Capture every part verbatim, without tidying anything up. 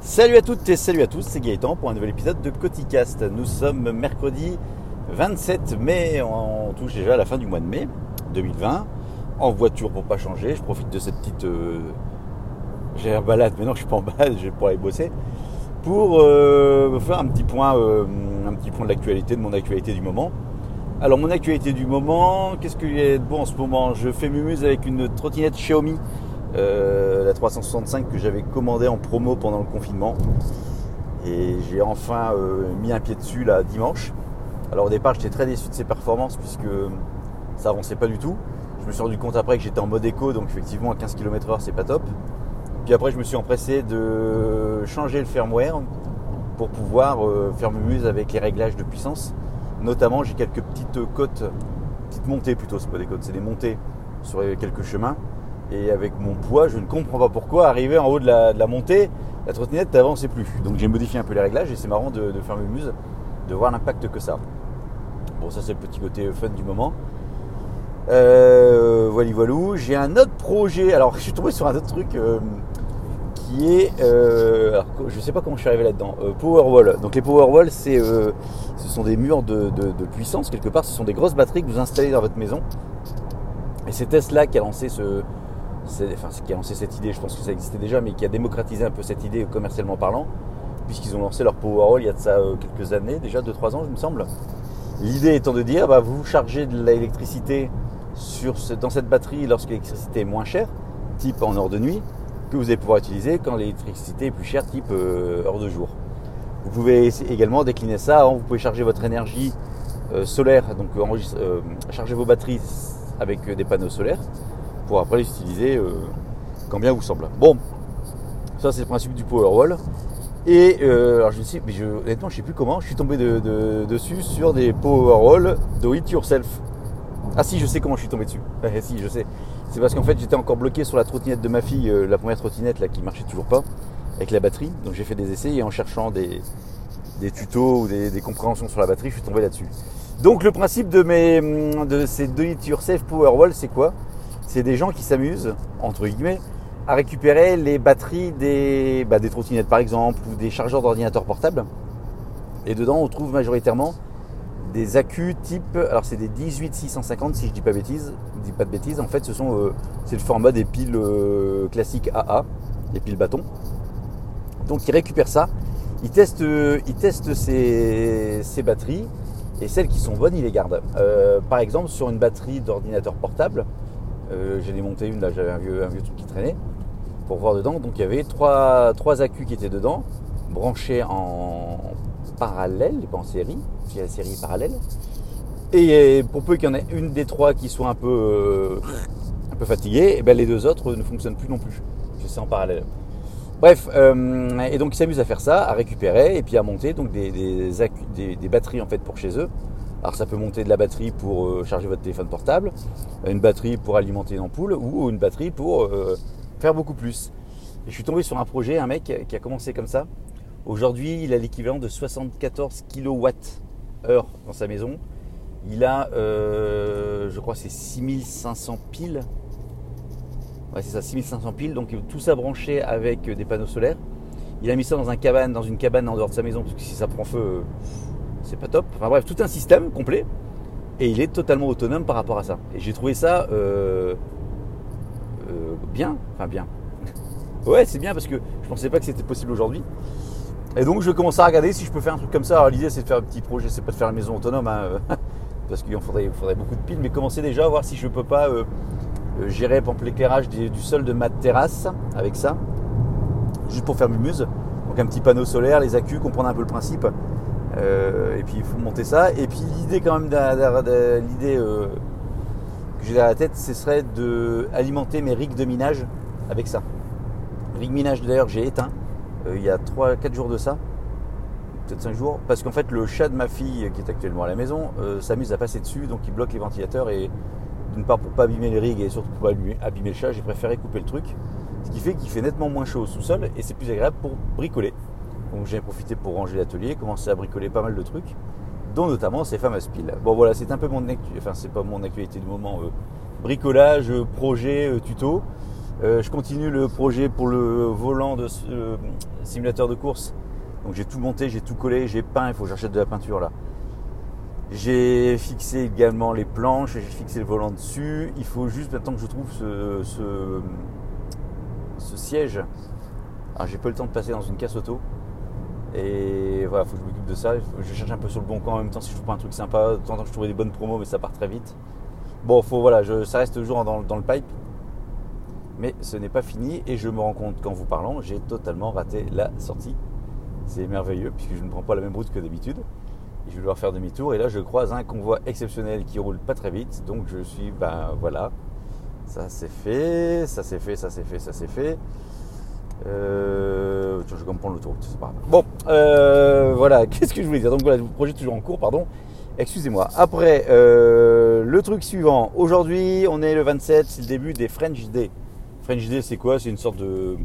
Salut à toutes et salut à tous, c'est Gaëtan pour un nouvel épisode de Coticast. Nous sommes mercredi vingt-sept mai, on touche déjà à la fin du mois de mai deux mille vingt. En voiture pour pas changer, je profite de cette petite euh, j'ai l'air balade, mais non je suis pas en balade, je vais pouvoir aller bosser pour euh, faire un petit point euh, un petit point de l'actualité, de mon actualité du moment. Alors mon actualité du moment, qu'est-ce qu'il y a de bon en ce moment? Je fais mumuse avec une trottinette Xiaomi, euh, la trois cent soixante-cinq que j'avais commandée en promo pendant le confinement. Et j'ai enfin euh, mis un pied dessus là dimanche. Alors au départ j'étais très déçu de ses performances puisque ça avançait pas du tout. Je me suis rendu compte après que j'étais en mode éco, donc effectivement à quinze kilomètres heure c'est pas top. Puis après je me suis empressé de changer le firmware pour pouvoir euh, faire mumuse avec les réglages de puissance. Notamment j'ai quelques petites côtes, petites montées plutôt, c'est pas des côtes, c'est des montées sur quelques chemins. Et avec mon poids, je ne comprends pas pourquoi, arrivé en haut de la, de la montée, la trottinette n'avançait plus. Donc j'ai modifié un peu les réglages et c'est marrant de, de faire mumuse, de voir l'impact que ça. Bon, ça c'est le petit côté fun du moment. Euh, voilà, voilou. J'ai un autre projet. Alors je suis tombé sur un autre truc euh, qui est, euh, alors, je sais pas comment je suis arrivé là-dedans. Euh, Powerwall. Donc les Powerwall, c'est, euh, ce sont des murs de, de, de puissance quelque part. Ce sont des grosses batteries que vous installez dans votre maison. Et c'est Tesla qui a lancé ce C'est, enfin, qui a lancé cette idée, je pense que ça existait déjà, mais qui a démocratisé un peu cette idée commercialement parlant, puisqu'ils ont lancé leur Powerwall il y a de ça euh, quelques années, déjà deux trois ans, il me semble. L'idée étant de dire, bah, vous chargez de l'électricité sur ce, dans cette batterie lorsque l'électricité est moins chère, type en heure de nuit, que vous allez pouvoir utiliser quand l'électricité est plus chère, type euh, heure de jour. Vous pouvez également décliner ça, vous pouvez charger votre énergie euh, solaire, donc euh, charger vos batteries avec euh, des panneaux solaires, pour après les utiliser euh, quand bien vous semble. Bon, ça c'est le principe du Powerwall. Et euh, alors je me suis, mais je, honnêtement je sais plus comment, je suis tombé de, de, dessus sur des Powerwall do it yourself. Ah si, je sais comment je suis tombé dessus. Eh, si, je sais. C'est parce qu'en fait j'étais encore bloqué sur la trottinette de ma fille, euh, la première trottinette là qui marchait toujours pas avec la batterie. Donc j'ai fait des essais et en cherchant des, des tutos ou des, des compréhensions sur la batterie, je suis tombé là-dessus. Donc le principe de mes de ces do it yourself Powerwall, c'est quoi? C'est des gens qui s'amusent, entre guillemets, à récupérer les batteries des, bah, des trottinettes par exemple, ou des chargeurs d'ordinateur portables. Et dedans, on trouve majoritairement des accus type, alors c'est des dix-huit six cent cinquante si je dis pas bêtises, dis pas de bêtises. En fait, ce sont, euh, c'est le format des piles euh, classiques A A, des piles bâtons. Donc ils récupèrent ça, ils testent, euh, ils testent ces, ces batteries et celles qui sont bonnes, ils les gardent. Euh, par exemple, sur une batterie d'ordinateur portable. Euh, j'ai démonté une, là j'avais un vieux, un vieux truc qui traînait pour voir dedans. Donc il y avait trois, trois accus qui étaient dedans, branchés en parallèle, pas en série, c'est la série parallèle. Et pour peu qu'il y en ait une des trois qui soit un peu, euh, un peu fatiguée, et ben les deux autres ne fonctionnent plus non plus, parce que c'est en parallèle. Bref, euh, et donc ils s'amusent à faire ça, à récupérer et puis à monter donc des, des, accus, des, des batteries en fait pour chez eux. Alors ça peut monter de la batterie pour euh, charger votre téléphone portable, une batterie pour alimenter une ampoule ou une batterie pour euh, faire beaucoup plus. Et je suis tombé sur un projet, un mec qui a commencé comme ça. Aujourd'hui, il a l'équivalent de soixante-quatorze kilowattheures dans sa maison. Il a, euh, je crois, c'est six mille cinq cents piles. Ouais, c'est ça, six mille cinq cents piles. Donc tout ça branché avec des panneaux solaires. Il a mis ça dans, un cabane, dans une cabane en dehors de sa maison, parce que si ça prend feu... Euh, c'est pas top. Enfin bref, tout un système complet. Et il est totalement autonome par rapport à ça. Et j'ai trouvé ça euh, euh, bien. Enfin bien. Ouais, c'est bien parce que je pensais pas que c'était possible aujourd'hui. Et donc je commence à regarder si je peux faire un truc comme ça. Alors l'idée c'est de faire un petit projet, c'est pas de faire une maison autonome, hein, parce qu'il faudrait, il faudrait beaucoup de piles. Mais commencer déjà à voir si je peux pas euh, gérer par exemple, l'éclairage du, du sol de ma terrasse avec ça. Juste pour faire mumuse. Donc un petit panneau solaire, les accus, comprendre un peu le principe. Euh, et puis il faut monter ça. Et puis l'idée quand même, l'idée euh, que j'ai dans la tête, ce serait d'alimenter mes rigs de minage avec ça. Rig minage d'ailleurs que j'ai éteint euh, il y a trois quatre jours de ça, peut-être cinq jours, parce qu'en fait le chat de ma fille qui est actuellement à la maison euh, s'amuse à passer dessus, donc il bloque les ventilateurs et d'une part pour pas abîmer les rigs et surtout pour pas abîmer le chat, j'ai préféré couper le truc, ce qui fait qu'il fait nettement moins chaud au sous-sol et c'est plus agréable pour bricoler. Donc j'ai profité pour ranger l'atelier, commencer à bricoler pas mal de trucs, dont notamment ces fameuses piles. Bon voilà, c'est un peu mon actualité, enfin c'est pas mon actualité du moment, euh, bricolage, projet, euh, tuto. Euh, je continue le projet pour le volant de ce euh, simulateur de course. Donc j'ai tout monté, j'ai tout collé, j'ai peint, il faut que j'achète de la peinture là. J'ai fixé également les planches, j'ai fixé le volant dessus. Il faut juste maintenant que je trouve ce, ce, ce siège. Alors j'ai pas eu le temps de passer dans une casse auto. Et voilà, il faut que je m'occupe de ça. Je cherche un peu sur le bon coin en même temps si je trouve pas un truc sympa. De temps en temps je trouvais des bonnes promos mais ça part très vite. Bon, faut, voilà, je, ça reste toujours dans, dans le pipe. Mais ce n'est pas fini et je me rends compte qu'en vous parlant, j'ai totalement raté la sortie. C'est merveilleux puisque je ne prends pas la même route que d'habitude. Et je vais devoir faire demi-tour et là je croise un convoi exceptionnel qui roule pas très vite. Donc je suis, ben voilà, ça c'est fait, ça c'est fait, ça c'est fait, ça c'est fait. Euh, je vais comprendre l'autoroute, c'est pas grave. Bon, euh, voilà, qu'est-ce que je voulais dire. Donc voilà, le projet est toujours en cours, pardon. Excusez-moi. Après, euh, le truc suivant. Aujourd'hui, on est le vingt-sept, c'est le début des French Day. French Day, c'est quoi? C'est une sorte de,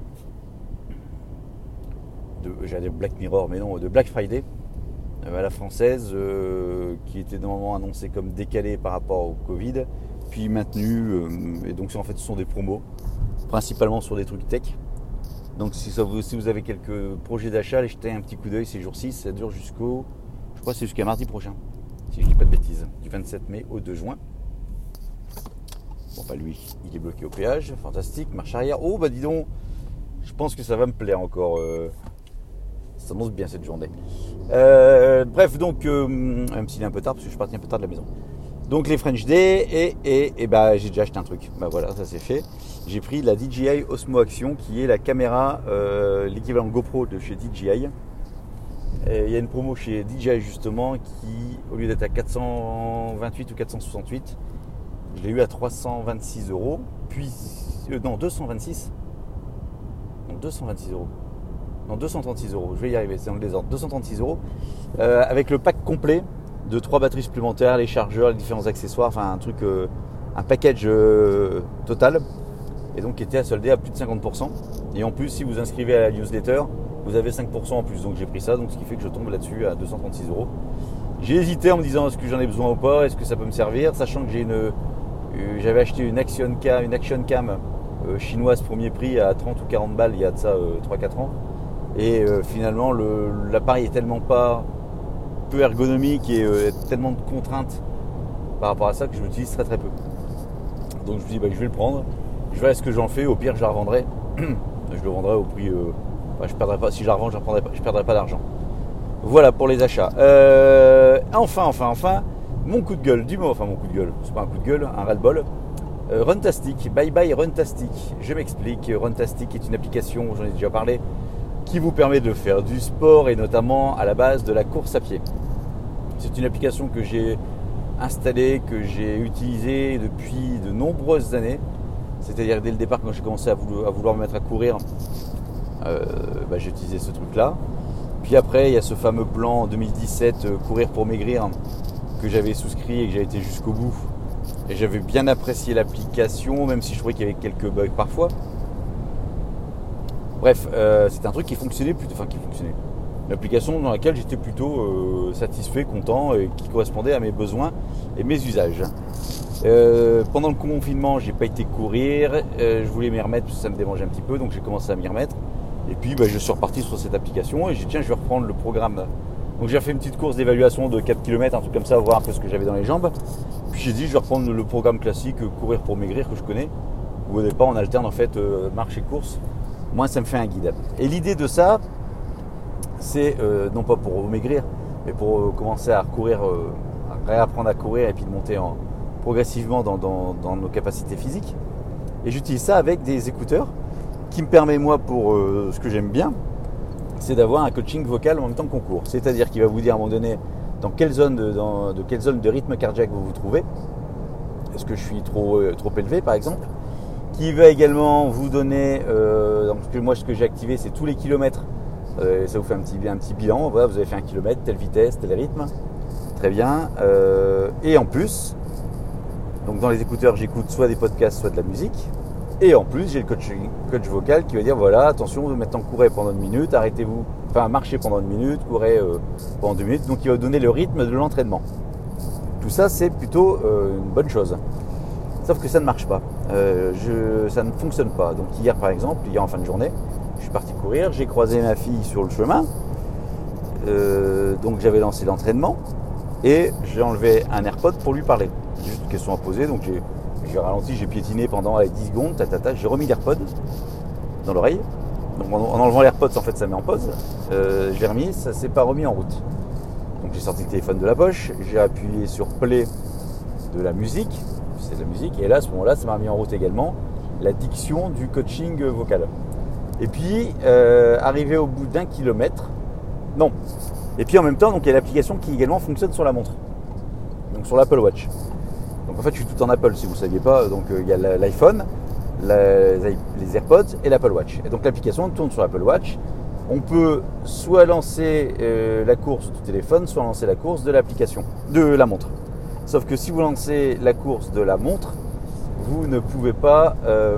de j'allais dire Black Mirror, mais non, de Black Friday euh, à la française, euh, qui était normalement annoncé comme décalé par rapport au Covid, puis maintenu. Euh, et donc, en fait, ce sont des promos, principalement sur des trucs tech. Donc, si, ça vous, si vous avez quelques projets d'achat, allez jeter un petit coup d'œil ces jours-ci. Ça dure jusqu'au, je crois, que c'est jusqu'à mardi prochain, si je dis pas de bêtises, du vingt-sept mai au deux juin. Bon bah lui, il est bloqué au péage, fantastique, marche arrière. Oh bah dis donc, je pense que ça va me plaire encore. Euh, ça annonce bien cette journée. Euh, bref, donc, euh, même s'il est un peu tard, parce que je suis parti un peu tard de la maison. Donc les French Day, et, et, et bah j'ai déjà acheté un truc. Bah voilà, ça c'est fait. J'ai pris la D J I Osmo Action, qui est la caméra, euh, l'équivalent GoPro de chez D J I. Il y a une promo chez D J I justement, qui, au lieu d'être à quatre cent vingt-huit ou quatre cent soixante-huit, je l'ai eu à trois cent vingt-six euros, puis euh, non deux cent vingt-six, non deux cent vingt-six euros, non deux cent trente-six euros. Je vais y arriver, c'est dans le désordre. deux cent trente-six euros euh, avec le pack complet de trois batteries supplémentaires, les chargeurs, les différents accessoires, enfin un truc, euh, un package euh, total, et donc qui était à solder à plus de cinquante pour cent. Et en plus, si vous inscrivez à la newsletter, vous avez cinq pour cent en plus. Donc j'ai pris ça, donc ce qui fait que je tombe là-dessus à deux cent trente-six euros. J'ai hésité en me disant est-ce que j'en ai besoin ou pas, est-ce que ça peut me servir, sachant que j'ai une Euh, j'avais acheté une Action Cam, une Action Cam euh, chinoise premier prix à trente ou quarante balles il y a de ça euh, trois quatre ans. Et euh, finalement, le, l'appareil est tellement pas peu ergonomique et euh, tellement de contraintes par rapport à ça que je l'utilise très très peu. Donc je me dis, bah, je vais le prendre, je verrai ce que j'en fais. Au pire, je la revendrai. Je le vendrai au prix. Euh, bah, je perdrai pas. Si je la revends, je ne perdrai, perdrai pas d'argent. Voilà pour les achats. Euh, enfin, enfin, enfin. Mon coup de gueule du moment, enfin mon coup de gueule, c'est pas un coup de gueule, un ras-le-bol. Euh, Runtastic, bye bye Runtastic. Je m'explique, Runtastic est une application, j'en ai déjà parlé, qui vous permet de faire du sport et notamment à la base de la course à pied. C'est une application que j'ai installée, que j'ai utilisée depuis de nombreuses années. C'est-à-dire dès le départ quand j'ai commencé à vouloir, à vouloir me mettre à courir, euh, bah, j'ai utilisé ce truc-là. Puis après, il y a ce fameux plan en deux mille dix-sept, euh, courir pour maigrir, que j'avais souscrit et que j'ai été jusqu'au bout. Et j'avais bien apprécié l'application, même si je trouvais qu'il y avait quelques bugs parfois. Bref, euh, c'était un truc qui fonctionnait plutôt, enfin qui fonctionnait. Une application dans laquelle j'étais plutôt euh, satisfait, content et qui correspondait à mes besoins et mes usages. Euh, pendant le confinement, j'ai pas été courir. Euh, je voulais m'y remettre parce que ça me dérangeait un petit peu, donc j'ai commencé à m'y remettre. Et puis, bah, je suis reparti sur cette application et j'ai dit tiens, je vais reprendre le programme. Donc j'ai fait une petite course d'évaluation de quatre kilomètres, un truc comme ça, voir un peu ce que j'avais dans les jambes. Puis j'ai dit je vais reprendre le programme classique courir pour maigrir que je connais, où au départ on alterne en fait euh, marche et course. Moi ça me fait un guide. Et l'idée de ça, c'est euh, non pas pour maigrir, mais pour euh, commencer à courir, euh, à réapprendre à courir et puis de monter en, progressivement dans, dans, dans nos capacités physiques. Et j'utilise ça avec des écouteurs qui me permet moi pour euh, ce que j'aime bien, c'est d'avoir un coaching vocal en même temps qu'on court. C'est-à-dire qu'il va vous dire à un moment donné dans quelle zone de, dans, de, quelle zone de rythme cardiaque vous vous trouvez. Est-ce que je suis trop, euh, trop élevé par exemple. Qui va également vous donner, euh, donc moi ce que j'ai activé c'est tous les kilomètres. Euh, ça vous fait un petit, un petit bilan. Voilà, vous avez fait un kilomètre, telle vitesse, tel rythme. Très bien. Euh, et en plus, donc dans les écouteurs j'écoute soit des podcasts, soit de la musique. Et en plus, j'ai le coach, coach vocal qui va dire voilà, attention, maintenant courez pendant une minute, arrêtez-vous, enfin marchez pendant une minute, courez euh, pendant deux minutes. Donc il va donner le rythme de l'entraînement. Tout ça, c'est plutôt euh, une bonne chose. Sauf que ça ne marche pas. euh, je, ça ne fonctionne pas. Donc hier par exemple, hier en fin de journée, je suis parti courir, j'ai croisé ma fille sur le chemin, euh, donc j'avais lancé l'entraînement et j'ai enlevé un AirPod pour lui parler. Juste une question à poser, donc j'ai, j'ai ralenti, j'ai piétiné pendant allez, dix secondes, tatata, j'ai remis l'AirPod dans l'oreille. Donc en, en enlevant l'AirPod, en fait ça met en pause, euh, je l'ai remis, ça s'est pas remis en route. Donc j'ai sorti le téléphone de la poche, j'ai appuyé sur play de la musique, c'est de la musique, et là à ce moment-là ça m'a remis en route également la diction du coaching vocal. Et puis euh, arrivé au bout d'un kilomètre, non. Et puis en même temps, donc il y a l'application qui également fonctionne sur la montre, donc sur l'Apple Watch. Donc en fait je suis tout en Apple si vous ne saviez pas, donc euh, il y a l'iPhone, la, les AirPods et l'Apple Watch. Et donc l'application tourne sur l'Apple Watch. On peut soit lancer euh, la course du téléphone, soit lancer la course de l'application, de la montre. Sauf que si vous lancez la course de la montre, vous ne pouvez pas, euh,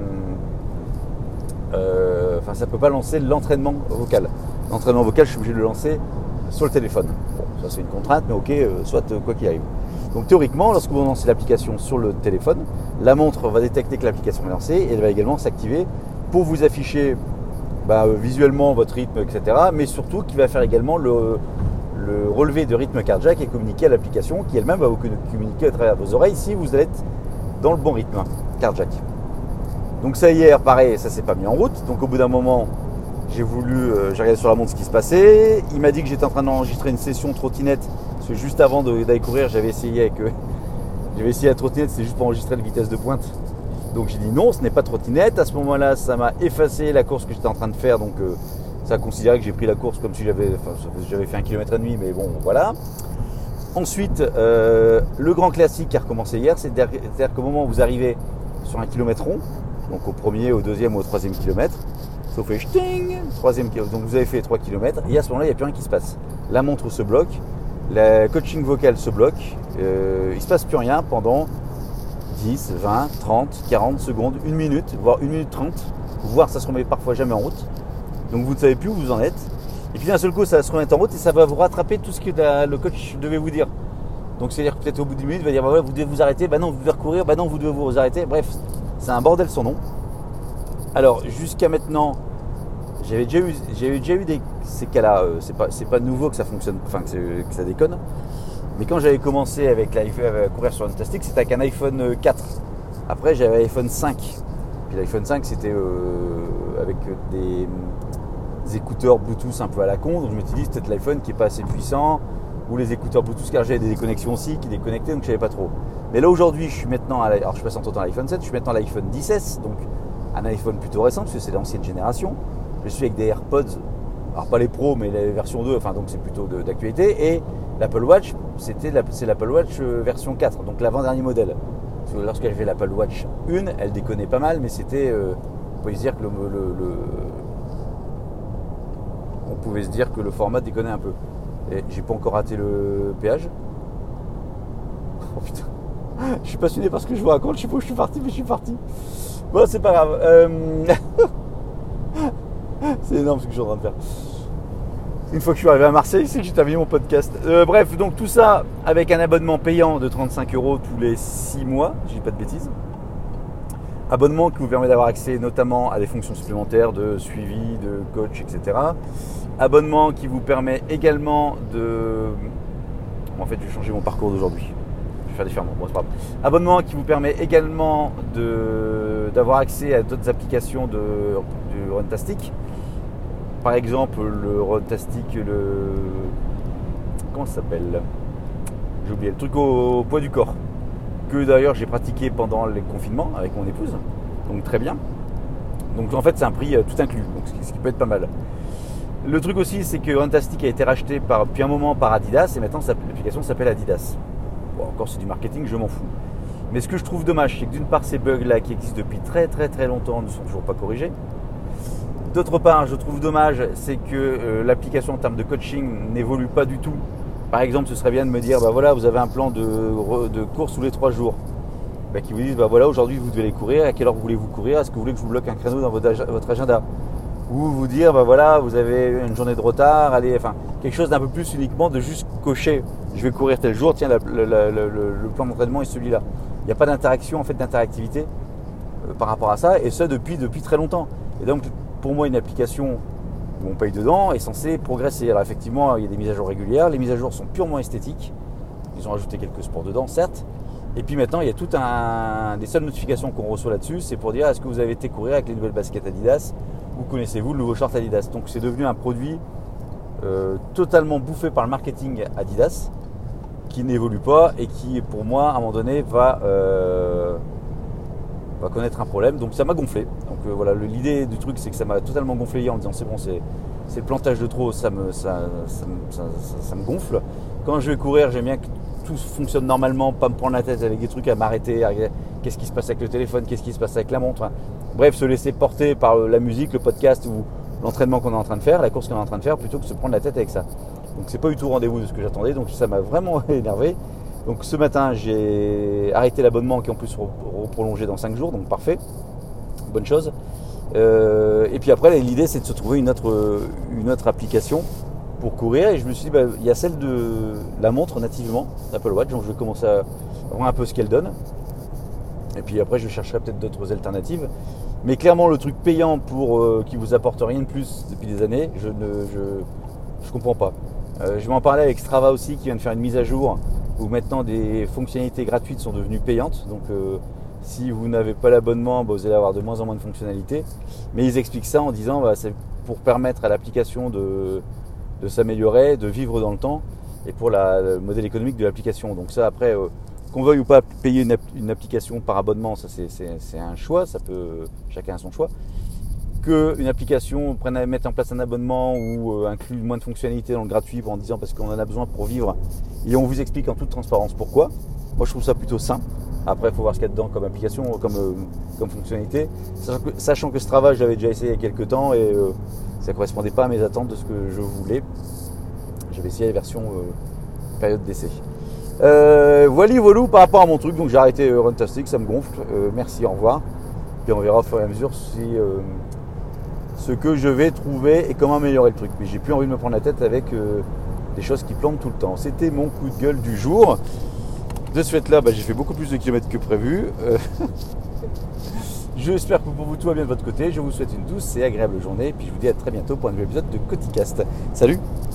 euh, enfin ça ne peut pas lancer l'entraînement vocal. L'entraînement vocal, je suis obligé de le lancer sur le téléphone. Bon, ça c'est une contrainte, mais ok, euh, soit euh, quoi qu'il arrive. Donc théoriquement, lorsque vous lancez l'application sur le téléphone, la montre va détecter que l'application est lancée et elle va également s'activer pour vous afficher bah, visuellement votre rythme, et cetera. Mais surtout qui va faire également le, le relevé de rythme cardiaque et communiquer à l'application qui elle-même va vous communiquer à travers vos oreilles si vous êtes dans le bon rythme cardiaque. Donc ça hier, pareil, ça s'est pas mis en route. Donc au bout d'un moment, j'ai voulu, euh, j'ai regardé sur la montre ce qui se passait. Il m'a dit que j'étais en train d'enregistrer une session trottinette. Parce que juste avant de, d'aller courir, j'avais essayé avec, euh, j'avais essayé la trottinette, c'est juste pour enregistrer la vitesse de pointe. Donc j'ai dit non, ce n'est pas trottinette. À ce moment-là, ça m'a effacé la course que j'étais en train de faire. Donc euh, ça a considéré que j'ai pris la course comme si j'avais, enfin, j'avais fait un kilomètre et demi, mais bon, voilà. Ensuite, euh, le grand classique qui a recommencé hier, c'est-à-dire qu'au moment où vous arrivez sur un kilomètre rond, donc au premier, au deuxième ou au troisième kilomètre, ça vous fait ch'ting, troisième kilomètre, donc vous avez fait trois kilomètres, et à ce moment-là, il n'y a plus rien qui se passe. La montre se bloque, le coaching vocal se bloque, euh, il ne se passe plus rien pendant dix, vingt, trente, quarante secondes, une minute, voire une minute trente, voire ça se remet parfois jamais en route. Donc vous ne savez plus où vous en êtes. Et puis d'un seul coup, ça va se remettre en route et ça va vous rattraper tout ce que la, le coach devait vous dire. Donc c'est-à-dire que peut-être au bout d'une minute, il va dire bah ouais, vous devez vous arrêter, bah non, vous devez recourir, bah non, vous devez vous arrêter. Bref, c'est un bordel sans nom. Alors jusqu'à maintenant, j'avais déjà eu, j'avais déjà eu des, ces cas-là. Euh, c'est pas, c'est pas nouveau que ça fonctionne, enfin que, que ça déconne. Mais quand j'avais commencé avec l'iPhone, à courir sur Runtastic, c'était avec un iPhone quatre. Après, j'avais l'iPhone cinq. Puis l'iPhone cinq, c'était euh, avec des, des écouteurs Bluetooth un peu à la con. Donc je me suis dit, c'est peut-être l'iPhone qui n'est pas assez puissant. Ou les écouteurs Bluetooth, car j'avais des connexions aussi qui déconnectaient, donc je ne savais pas trop. Mais là, aujourd'hui, je suis maintenant, à alors je passe en temps à l'iPhone sept, je suis maintenant à l'iPhone dix S, donc un iPhone plutôt récent, parce que c'est l'ancienne génération. Je suis avec des AirPods, alors pas les Pro, mais les versions deux, enfin donc c'est plutôt de, d'actualité. Et l'Apple Watch, c'était la, c'est l'Apple Watch version quatre, donc l'avant-dernier modèle. Parce que lorsqu'elle fait l'Apple Watch un, elle déconnait pas mal, mais c'était, euh, on pouvait se dire que le, le, le, on pouvait se dire que le format déconnait un peu. Et j'ai pas encore raté le péage. Oh putain, je suis passionné par ce que je vous raconte. Je sais pas où je suis parti, mais je suis parti. Bon, c'est pas grave. Euh... c'est énorme ce que je suis en train de faire. Une fois que je suis arrivé à Marseille, c'est que j'ai terminé mon podcast. Euh, bref, donc tout ça avec un abonnement payant de trente-cinq euros tous les six mois, je dis pas de bêtises. Abonnement qui vous permet d'avoir accès notamment à des fonctions supplémentaires de suivi, de coach, et cetera. Abonnement qui vous permet également de... Bon, en fait, je vais changer mon parcours d'aujourd'hui. Je vais faire différemment. Bon, c'est pas grave. Abonnement qui vous permet également de... d'avoir accès à d'autres applications de, de Runtastic. Par exemple, le Runtastic, le... Comment ça s'appelle ? J'ai oublié. Le truc au, au poids du corps. Que d'ailleurs, j'ai pratiqué pendant les confinements avec mon épouse. Donc, très bien. Donc, en fait, c'est un prix tout inclus. Donc, ce qui peut être pas mal. Le truc aussi, c'est que Runtastic a été racheté par, depuis un moment par Adidas et maintenant l'application s'appelle Adidas. Bon, encore c'est du marketing, je m'en fous. Mais ce que je trouve dommage, c'est que d'une part, ces bugs-là qui existent depuis très très très longtemps ne sont toujours pas corrigés. D'autre part, je trouve dommage, c'est que euh, l'application en termes de coaching n'évolue pas du tout. Par exemple, ce serait bien de me dire, bah voilà, vous avez un plan de, de course tous les trois jours. Bah, qui vous disent, bah voilà, aujourd'hui vous devez aller courir, à quelle heure voulez-vous courir, est-ce que vous voulez que je vous bloque un créneau dans votre, votre agenda ? Ou vous dire, bah voilà, vous avez une journée de retard, allez, enfin, quelque chose d'un peu plus uniquement de juste cocher. Je vais courir tel jour, tiens, la, la, la, le, le plan d'entraînement est celui-là. Il n'y a pas d'interaction, en fait, d'interactivité euh, par rapport à ça, et ça depuis, depuis très longtemps. Et donc pour moi une application où on paye dedans est censée progresser. Alors effectivement il y a des mises à jour régulières, les mises à jour sont purement esthétiques, ils ont ajouté quelques sports dedans certes, et puis maintenant il y a tout un des seules notifications qu'on reçoit là-dessus, c'est pour dire est-ce que vous avez été courir avec les nouvelles baskets Adidas, ou connaissez-vous le nouveau short Adidas. Donc c'est devenu un produit euh, totalement bouffé par le marketing Adidas, qui n'évolue pas et qui pour moi à un moment donné va, euh, va connaître un problème. Donc ça m'a gonflé. Donc euh, voilà, le, l'idée du truc c'est que ça m'a totalement gonflé hier en disant c'est bon, c'est, c'est le plantage de trop, ça me, ça, ça, ça, ça, ça me gonfle. Quand je vais courir, j'aime bien que tout fonctionne normalement, pas me prendre la tête avec des trucs à m'arrêter, à, qu'est-ce qui se passe avec le téléphone, qu'est-ce qui se passe avec la montre. Bref, se laisser porter par la musique, le podcast ou l'entraînement qu'on est en train de faire, la course qu'on est en train de faire, plutôt que de se prendre la tête avec ça. Donc c'est pas du tout au rendez-vous de ce que j'attendais, donc ça m'a vraiment énervé. Donc ce matin j'ai arrêté l'abonnement qui est en plus prolongé dans cinq jours, donc parfait, bonne chose. Euh, et puis après l'idée c'est de se trouver une autre, une autre application pour courir, et je me suis dit bah, il y a celle de la montre nativement, Apple Watch, donc je vais commencer à voir un peu ce qu'elle donne. Et puis après je chercherai peut-être d'autres alternatives. Mais clairement le truc payant pour euh, qui vous apporte rien de plus depuis des années, je ne je, je comprends pas. Euh, je vais en parler avec Strava aussi qui vient de faire une mise à jour où maintenant des fonctionnalités gratuites sont devenues payantes. Donc euh, si vous n'avez pas l'abonnement, bah, vous allez avoir de moins en moins de fonctionnalités. Mais ils expliquent ça en disant bah, c'est pour permettre à l'application de, de s'améliorer, de vivre dans le temps, et pour la, le modèle économique de l'application. Donc ça après, euh, qu'on veuille ou pas payer une, une application par abonnement, ça c'est, c'est, c'est un choix, ça peut, chacun a son choix. Qu'une application prenne, mette en place un abonnement ou euh, inclut moins de fonctionnalités dans le gratuit en disant parce qu'on en a besoin pour vivre, et on vous explique en toute transparence pourquoi. Moi je trouve ça plutôt sain. Après il faut voir ce qu'il y a dedans comme application, comme, euh, comme fonctionnalité. Sachant que, sachant que Strava j'avais déjà essayé il y a quelques temps et euh, ça ne correspondait pas à mes attentes de ce que je voulais. J'avais essayé la version euh, période d'essai. Euh, voilà, voilà par rapport à mon truc, donc j'ai arrêté euh, Runtastic, ça me gonfle. Euh, merci, au revoir. Puis on verra au fur et à mesure si euh, ce que je vais trouver et comment améliorer le truc. Mais j'ai plus envie de me prendre la tête avec euh, des choses qui plantent tout le temps. C'était mon coup de gueule du jour. De ce fait là, bah, j'ai fait beaucoup plus de kilomètres que prévu. Euh, J'espère que pour vous tout va bien de votre côté. Je vous souhaite une douce et agréable journée. Et puis je vous dis à très bientôt pour un nouvel épisode de Coticast. Salut!